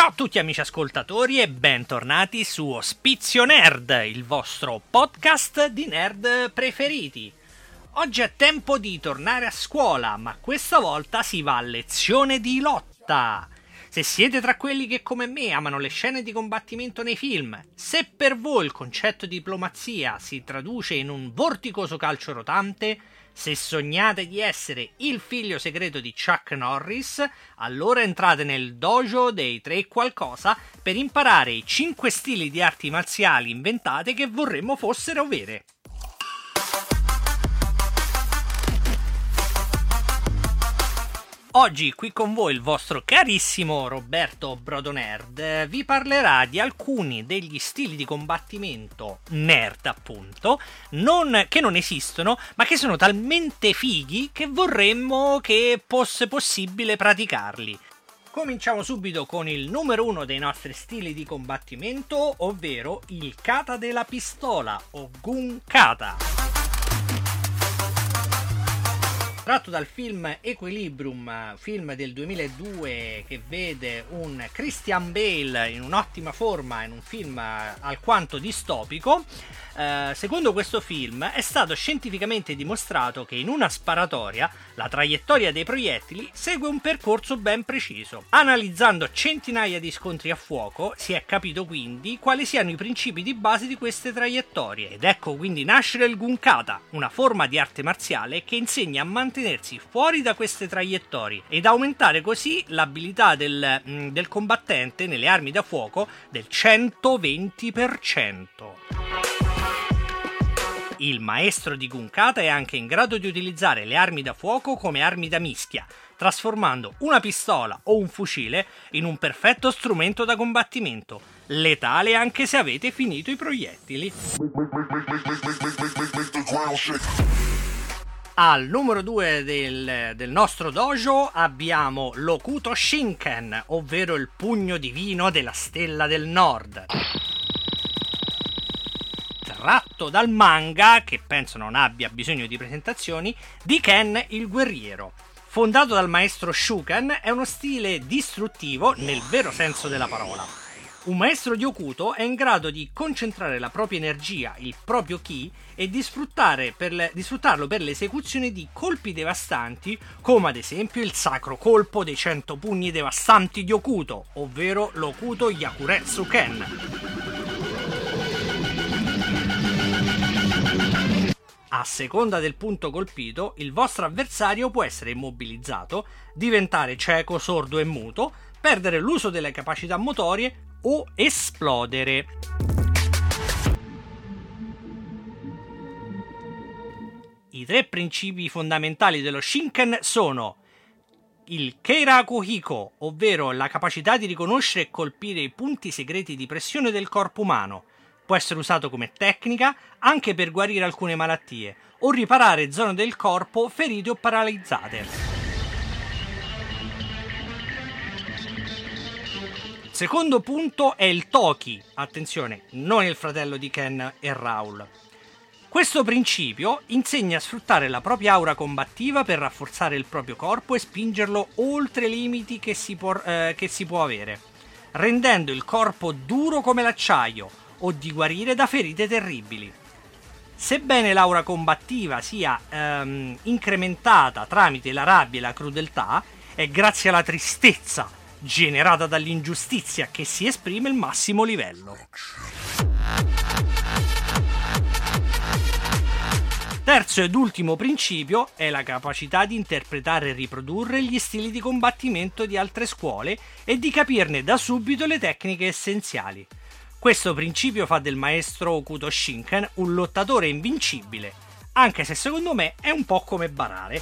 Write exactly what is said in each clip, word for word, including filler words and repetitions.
Ciao a tutti amici ascoltatori e bentornati su Ospizio Nerd, il vostro podcast di nerd preferiti. Oggi è tempo di tornare a scuola, ma questa volta si va a lezione di lotta. Se siete tra quelli che come me amano le scene di combattimento nei film, se per voi il concetto di diplomazia si traduce in un vorticoso calcio rotante, se sognate di essere il figlio segreto di Chuck Norris, allora entrate nel dojo dei tre qualcosa per imparare i cinque stili di arti marziali inventate che vorremmo fossero vere. Oggi qui con voi il vostro carissimo Roberto Brodonerd vi parlerà di alcuni degli stili di combattimento nerd, appunto, non, che non esistono, ma che sono talmente fighi che vorremmo che fosse possibile praticarli. Cominciamo subito con il numero uno dei nostri stili di combattimento, ovvero il kata della pistola o gun kata. Tratto dal film Equilibrium, film del duemiladue che vede un Christian Bale in un'ottima forma in un film alquanto distopico. Eh, secondo questo film è stato scientificamente dimostrato che in una sparatoria la traiettoria dei proiettili segue un percorso ben preciso. Analizzando centinaia di scontri a fuoco si è capito quindi quali siano i principi di base di queste traiettorie ed ecco quindi nascere il gun kata, una forma di arte marziale che insegna a mantenersi fuori da queste traiettorie ed aumentare così l'abilità del, del combattente nelle armi da fuoco del centoventi per cento. Il maestro di gun kata è anche in grado di utilizzare le armi da fuoco come armi da mischia, trasformando una pistola o un fucile in un perfetto strumento da combattimento, letale anche se avete finito i proiettili. Al numero due del, del nostro dojo abbiamo l'Okuto Shinken, ovvero il pugno divino della Stella del Nord. Tratto dal manga, che penso non abbia bisogno di presentazioni, di Ken il guerriero. Fondato dal maestro Shuken, è uno stile distruttivo nel vero senso della parola. Un maestro di Okuto è in grado di concentrare la propria energia, il proprio ki, e di, sfruttare per le, di sfruttarlo per l'esecuzione di colpi devastanti, come ad esempio il sacro colpo dei cento pugni devastanti di Okuto, ovvero l'Okuto Yakuretsu Ken. A seconda del punto colpito, il vostro avversario può essere immobilizzato, diventare cieco, sordo e muto, perdere l'uso delle capacità motorie o esplodere. I tre principi fondamentali dello Shinken sono il Keiraku Hiko, ovvero la capacità di riconoscere e colpire i punti segreti di pressione del corpo umano. Può essere usato come tecnica anche per guarire alcune malattie o riparare zone del corpo ferite o paralizzate. Secondo punto è il Toki, attenzione, non il fratello di Ken e Raul. Questo principio insegna a sfruttare la propria aura combattiva per rafforzare il proprio corpo e spingerlo oltre i limiti che si può, eh, che si può avere, rendendo il corpo duro come l'acciaio o di guarire da ferite terribili. Sebbene l'aura combattiva sia ehm, incrementata tramite la rabbia e la crudeltà, è grazie alla tristezza generata dall'ingiustizia che si esprime il massimo livello. Terzo ed ultimo principio è la capacità di interpretare e riprodurre gli stili di combattimento di altre scuole e di capirne da subito le tecniche essenziali. Questo principio fa del maestro Okuto Shinken un lottatore invincibile, anche se secondo me è un po' come barare.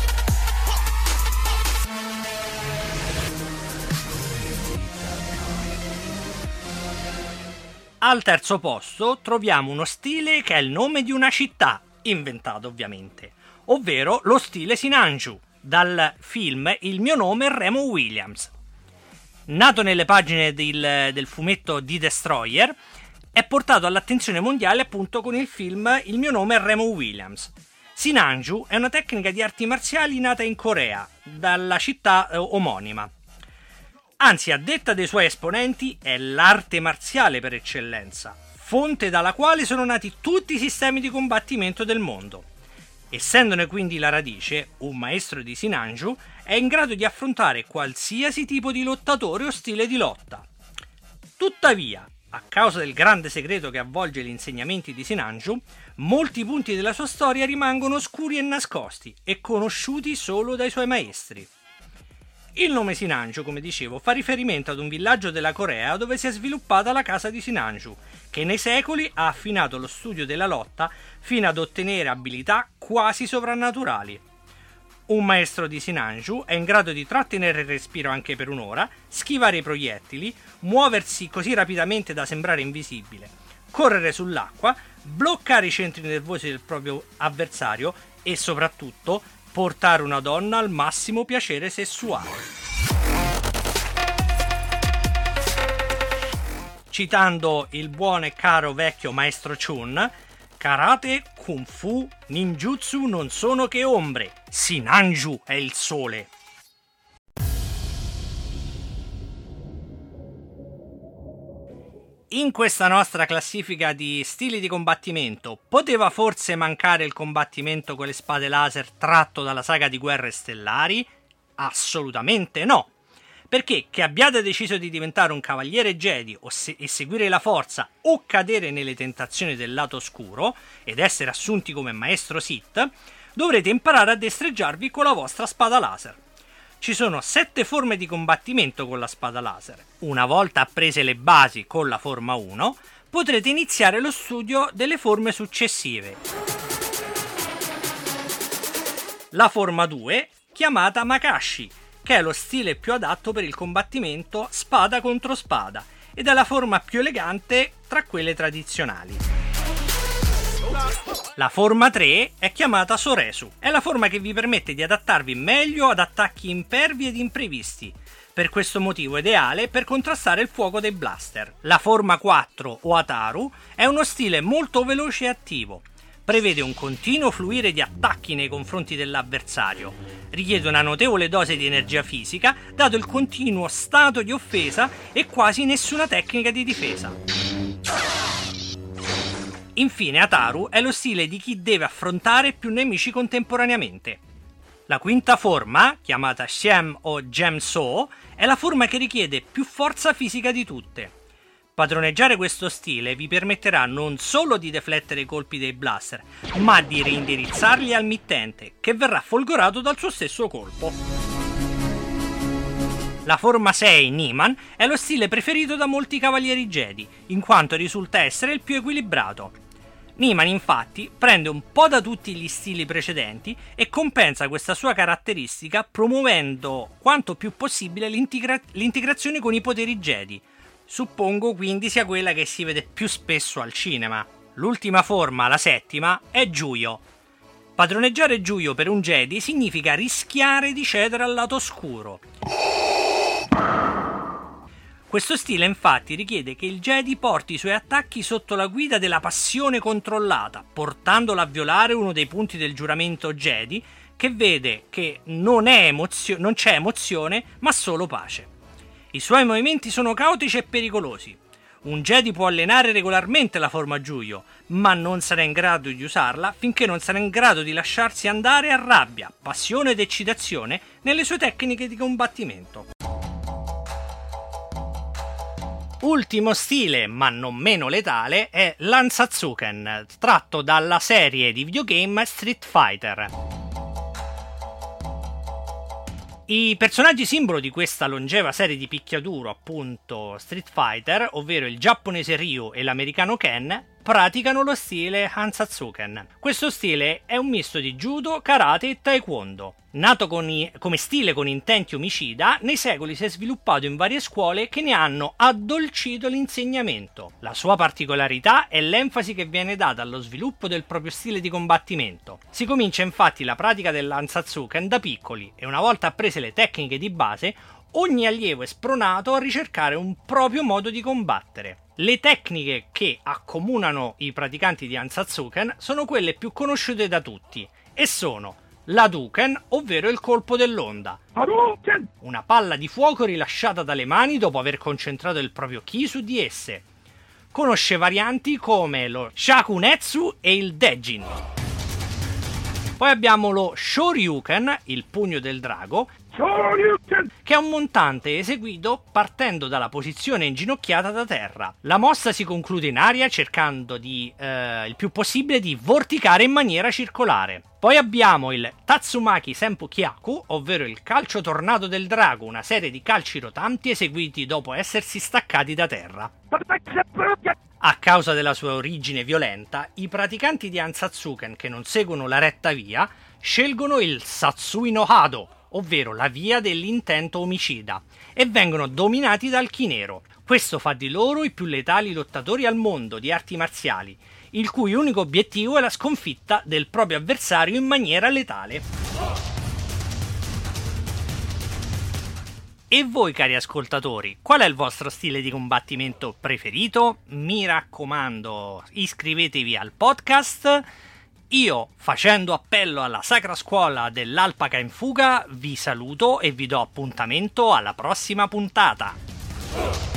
Al terzo posto troviamo uno stile che è il nome di una città, inventato ovviamente, ovvero lo stile Sinanju, dal film Il mio nome è Remo Williams. Nato nelle pagine del, del fumetto The Destroyer, è portato all'attenzione mondiale appunto con il film Il mio nome è Remo Williams. Sinanju è una tecnica di arti marziali nata in Corea, dalla città eh, omonima. Anzi, a detta dei suoi esponenti, è l'arte marziale per eccellenza, fonte dalla quale sono nati tutti i sistemi di combattimento del mondo. Essendone quindi la radice, un maestro di Sinanju è in grado di affrontare qualsiasi tipo di lottatore o stile di lotta. Tuttavia, a causa del grande segreto che avvolge gli insegnamenti di Sinanju, molti punti della sua storia rimangono oscuri e nascosti e conosciuti solo dai suoi maestri. Il nome Sinanju, come dicevo, fa riferimento ad un villaggio della Corea dove si è sviluppata la casa di Sinanju, che nei secoli ha affinato lo studio della lotta fino ad ottenere abilità quasi sovrannaturali. Un maestro di Sinanju è in grado di trattenere il respiro anche per un'ora, schivare i proiettili, muoversi così rapidamente da sembrare invisibile, correre sull'acqua, bloccare i centri nervosi del proprio avversario e soprattutto portare una donna al massimo piacere sessuale. Citando il buon e caro vecchio maestro Chun, karate, kung fu, ninjutsu non sono che ombre, Sinanju è il sole. In questa nostra classifica di stili di combattimento poteva forse mancare il combattimento con le spade laser tratto dalla saga di Guerre Stellari? Assolutamente no! Perché che abbiate deciso di diventare un cavaliere Jedi o se- e seguire la forza o cadere nelle tentazioni del lato oscuro ed essere assunti come maestro Sith, dovrete imparare a destreggiarvi con la vostra spada laser. Ci sono sette forme di combattimento con la spada laser. Una volta apprese le basi con la forma uno, potrete iniziare lo studio delle forme successive. La forma due, chiamata Makashi, che è lo stile più adatto per il combattimento spada contro spada ed è la forma più elegante tra quelle tradizionali. La forma tre è chiamata Soresu, è la forma che vi permette di adattarvi meglio ad attacchi impervi ed imprevisti, per questo motivo ideale per contrastare il fuoco dei blaster. La forma quattro o Ataru è uno stile molto veloce e attivo, prevede un continuo fluire di attacchi nei confronti dell'avversario, richiede una notevole dose di energia fisica dato il continuo stato di offesa e quasi nessuna tecnica di difesa. Infine Ataru è lo stile di chi deve affrontare più nemici contemporaneamente. La quinta forma, chiamata Shem o Gem-So, è la forma che richiede più forza fisica di tutte. Padroneggiare questo stile vi permetterà non solo di deflettere i colpi dei blaster, ma di reindirizzarli al mittente, che verrà folgorato dal suo stesso colpo. La forma sei, Niman, è lo stile preferito da molti cavalieri Jedi, in quanto risulta essere il più equilibrato. Niman infatti prende un po' da tutti gli stili precedenti e compensa questa sua caratteristica promuovendo quanto più possibile l'integra- l'integrazione con i poteri Jedi. Suppongo quindi sia quella che si vede più spesso al cinema. L'ultima forma, la settima, è Juyo. Padroneggiare Juyo per un Jedi significa rischiare di cedere al lato oscuro. Questo stile infatti richiede che il Jedi porti i suoi attacchi sotto la guida della passione controllata, portandolo a violare uno dei punti del giuramento Jedi, che vede che non, è emozio- non c'è emozione, ma solo pace. I suoi movimenti sono caotici e pericolosi. Un Jedi può allenare regolarmente la forma Juyo, ma non sarà in grado di usarla finché non sarà in grado di lasciarsi andare a rabbia, passione ed eccitazione nelle sue tecniche di combattimento. Ultimo stile, ma non meno letale, è l'Hanzatsuken, tratto dalla serie di videogame Street Fighter. I personaggi simbolo di questa longeva serie di picchiaduro, appunto Street Fighter, ovvero il giapponese Ryu e l'americano Ken, praticano lo stile Hanzatsuken. Questo stile è un misto di judo, karate e taekwondo. Nato con i, come stile con intenti omicida, nei secoli si è sviluppato in varie scuole che ne hanno addolcito l'insegnamento. La sua particolarità è l'enfasi che viene data allo sviluppo del proprio stile di combattimento. Si comincia infatti la pratica dell'Hanzatsuken da piccoli e una volta apprese le tecniche di base, ogni allievo è spronato a ricercare un proprio modo di combattere. Le tecniche che accomunano i praticanti di Hanzatsuken sono quelle più conosciute da tutti e sono l'Hadouken, ovvero il colpo dell'onda. Hadouken! Una palla di fuoco rilasciata dalle mani dopo aver concentrato il proprio ki su di esse. Conosce varianti come lo Shakunetsu e il Dejin. Poi abbiamo lo Shoryuken, il pugno del drago, Shoryuken! che è un montante eseguito partendo dalla posizione inginocchiata da terra. La mossa si conclude in aria cercando di, eh, il più possibile di vorticare in maniera circolare. Poi abbiamo il Tatsumaki Senpu Kyaku, ovvero il calcio tornado del drago, una serie di calci rotanti eseguiti dopo essersi staccati da terra. A causa della sua origine violenta, i praticanti di Ansatsuken che non seguono la retta via scelgono il Satsui no Hado, ovvero la via dell'intento omicida, e vengono dominati dal Ki nero. Questo fa di loro i più letali lottatori al mondo di arti marziali, il cui unico obiettivo è la sconfitta del proprio avversario in maniera letale. E voi, cari ascoltatori, qual è il vostro stile di combattimento preferito? Mi raccomando, iscrivetevi al podcast. Io, facendo appello alla Sacra Scuola dell'Alpaca in Fuga, vi saluto e vi do appuntamento alla prossima puntata.